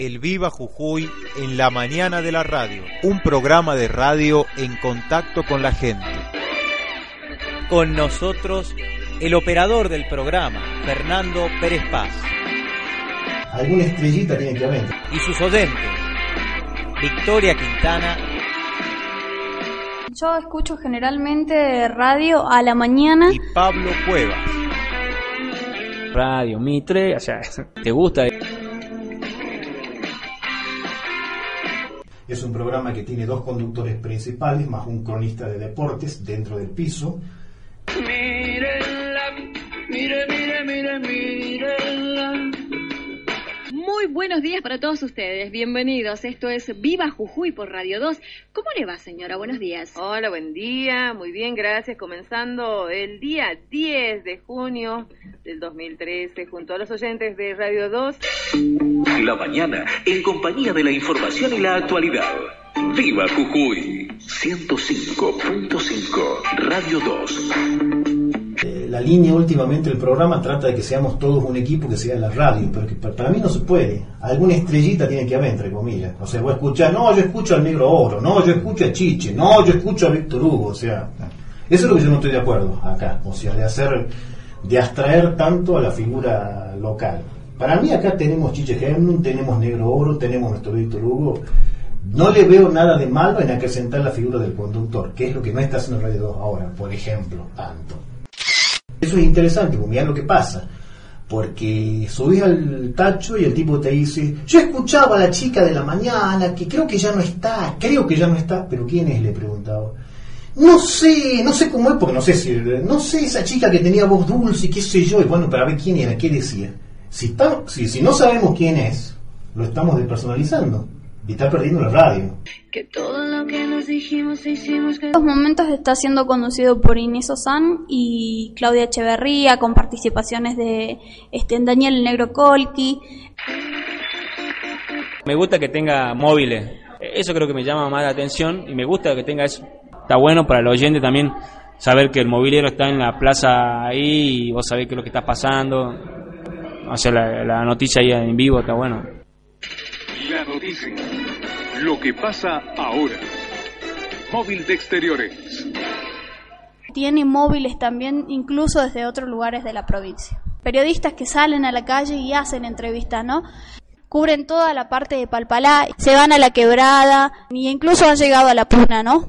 El Viva Jujuy en la mañana de la radio, un programa de radio en contacto con la gente. Con nosotros, el operador del programa, Fernando Pérez Paz. Alguna estrellita tiene que haber. Y sus oyentes, Victoria Quintana. Yo escucho generalmente radio a la mañana. Y Pablo Cuevas. Radio Mitre, o sea, ¿te gusta? Es un programa que tiene dos conductores principales, más un cronista de deportes dentro del piso. Mírenla, mírenla. Muy buenos días para todos ustedes, bienvenidos. Esto es Viva Jujuy por Radio 2. ¿Cómo le va, señora? Buenos días. Hola, buen día, muy bien, gracias. Comenzando el día 10 de junio del 2013 junto a los oyentes de Radio 2. La mañana, en compañía de la información y la actualidad. Viva Jujuy, 105.5, Radio 2. La línea últimamente del programa trata de que seamos todos un equipo que sea la radio, pero que para mí no se puede. Alguna estrellita tiene que haber, entre comillas. O sea, vos escuchás, no, yo escucho al Negro Oro, no, yo escucho a Chiche, no, yo escucho a Víctor Hugo. O sea, eso es lo que yo no estoy de acuerdo acá. O sea, de abstraer tanto a la figura local. Para mí acá tenemos Chiche Hemnum, tenemos Negro Oro, tenemos nuestro Víctor Hugo. No le veo nada de malo en acrecentar la figura del conductor, que es lo que no está haciendo Radio 2 ahora, por ejemplo, tanto. Eso es interesante, porque mirá lo que pasa, porque subís al tacho y el tipo te dice, yo escuchaba a la chica de la mañana, que creo que ya no está, pero ¿quién es? Le he preguntado. No sé cómo es, porque no sé esa chica que tenía voz dulce y qué sé yo, y bueno, para ver quién era, qué decía. Si no sabemos quién es, lo estamos despersonalizando. Y está perdiendo la radio. Que todo lo que nos dijimos e hicimos. En estos momentos está siendo conducido por Inés Ozán y Claudia Echeverría, con participaciones de Daniel el Negro Colqui. Me gusta que tenga móviles. Eso creo que me llama más la atención y me gusta que tenga eso. Está bueno para el oyente también saber que el movilero está en la plaza ahí y vos sabés qué es lo que está pasando. O sea, la noticia ahí en vivo está bueno. La noticia, lo que pasa ahora. Móvil de Exteriores. Tiene móviles también, incluso desde otros lugares de la provincia. Periodistas que salen a la calle y hacen entrevistas, ¿no? Cubren toda la parte de Palpalá, se van a la Quebrada, e incluso han llegado a la Puna, ¿no?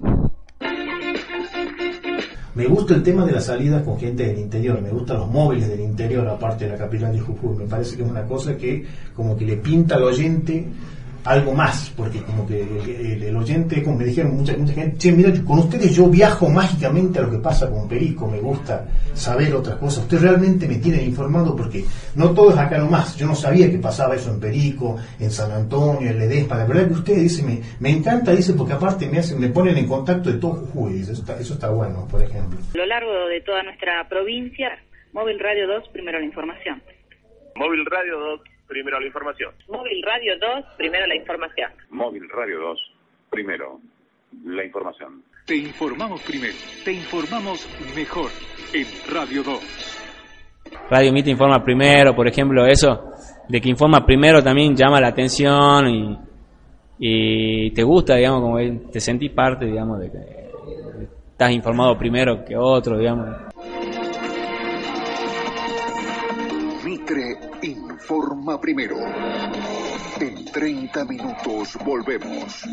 Me gusta el tema de la salida con gente del interior, me gustan los móviles del interior aparte de la capital de Jujuy, me parece que es una cosa que como que le pinta al oyente algo más, porque como que el oyente, como me dijeron mucha gente, che, mira, con ustedes yo viajo mágicamente a lo que pasa con Perico, me gusta saber otras cosas, ustedes realmente me tienen informado, porque no todo es acá nomás, yo no sabía que pasaba eso en Perico, en San Antonio, en Ledesma, la verdad que ustedes, dice, me encanta, dice, porque aparte me ponen en contacto de todo Jujuy, dice, eso está bueno, por ejemplo. A lo largo de toda nuestra provincia, Móvil Radio 2, primero la información. Móvil Radio 2. Primero la información. Móvil Radio 2, primero la información. Móvil Radio 2, primero la información. Te informamos primero, te informamos mejor en Radio 2. Radio Mitre informa primero, por ejemplo, eso de que informa primero también llama la atención y te gusta, digamos, como te sentís parte, digamos, de que estás informado primero que otro, digamos. Mitre informa primero. En 30 minutos volvemos.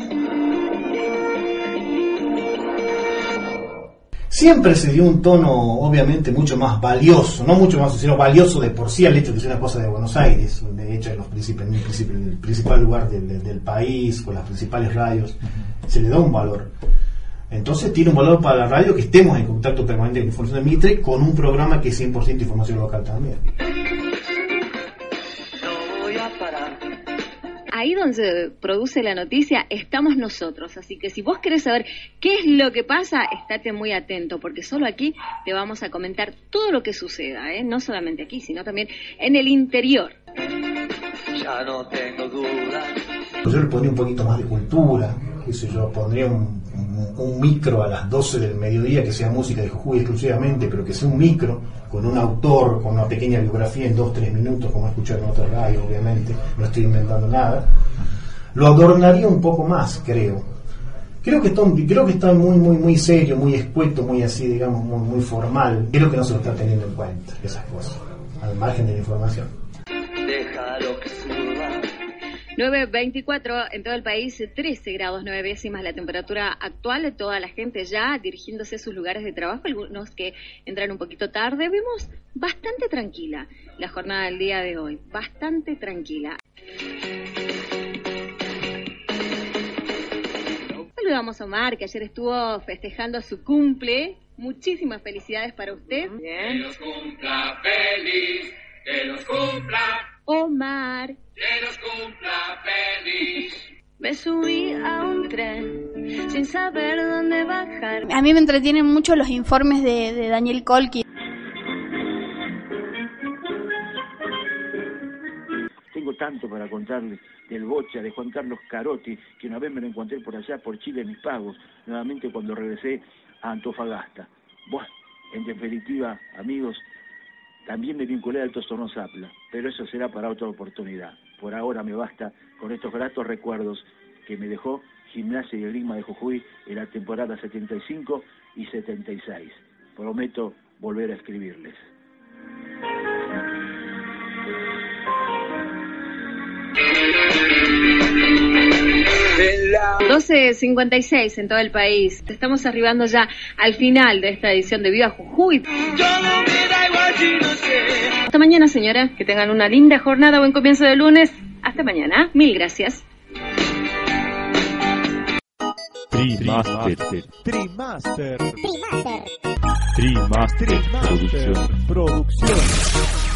Siempre se dio un tono, obviamente, mucho más valioso, no mucho más, sino valioso de por sí al hecho de ser una cosa de Buenos Aires, de hecho en el principal lugar del país, con las principales radios, se le da un valor. Entonces tiene un valor para la radio que estemos en contacto permanente con la información de Mitre, con un programa que es 100% información local también. Ahí donde se produce la noticia estamos nosotros, así que si vos querés saber qué es lo que pasa, estate muy atento, porque solo aquí te vamos a comentar todo lo que suceda, no solamente aquí, sino también en el interior. Ya no tengo duda. Yo le pondría un poquito más de cultura, qué sé yo, pondría un micro a las 12 del mediodía que sea música de Jujuy exclusivamente, pero que sea un micro con un autor, con una pequeña biografía en 2-3 minutos, como he escuchado en otra radio, obviamente, no estoy inventando nada, lo adornaría un poco más, creo. Creo que está muy serio, muy escueto, muy así, digamos, muy formal. Creo que no se lo está teniendo en cuenta, esas cosas, al margen de la información. Déjalo que suba. 9:24 en todo el país, 13 grados 9 décimas la temperatura actual, toda la gente ya dirigiéndose a sus lugares de trabajo, algunos que entran un poquito tarde. Vemos bastante tranquila la jornada del día de hoy, bastante tranquila. Saludamos a Omar, que ayer estuvo festejando su cumple. Muchísimas felicidades para usted. Que los cumpla feliz, que los cumpla. Omar. Que los cumpla feliz. Me subí a un tren sin saber dónde bajar. A mí me entretienen mucho los informes de Daniel Kolki. Tengo tanto para contarles del Bocha, de Juan Carlos Carotti, que una vez me lo encontré por allá, por Chile, en Mis Pagos, nuevamente cuando regresé a Antofagasta. Bueno, en definitiva, amigos, también me vinculé a Alto Hornos Zapla, pero eso será para otra oportunidad. Por ahora me basta con estos gratos recuerdos que me dejó Gimnasia y Grima de Jujuy en la temporada 75 y 76. Prometo volver a escribirles. 12:56 en todo el país. Estamos arribando ya al final de esta edición de Viva Jujuy. Hasta mañana, señora. Que tengan una linda jornada, buen comienzo de lunes. Hasta mañana. Mil gracias. Trimaster Producción.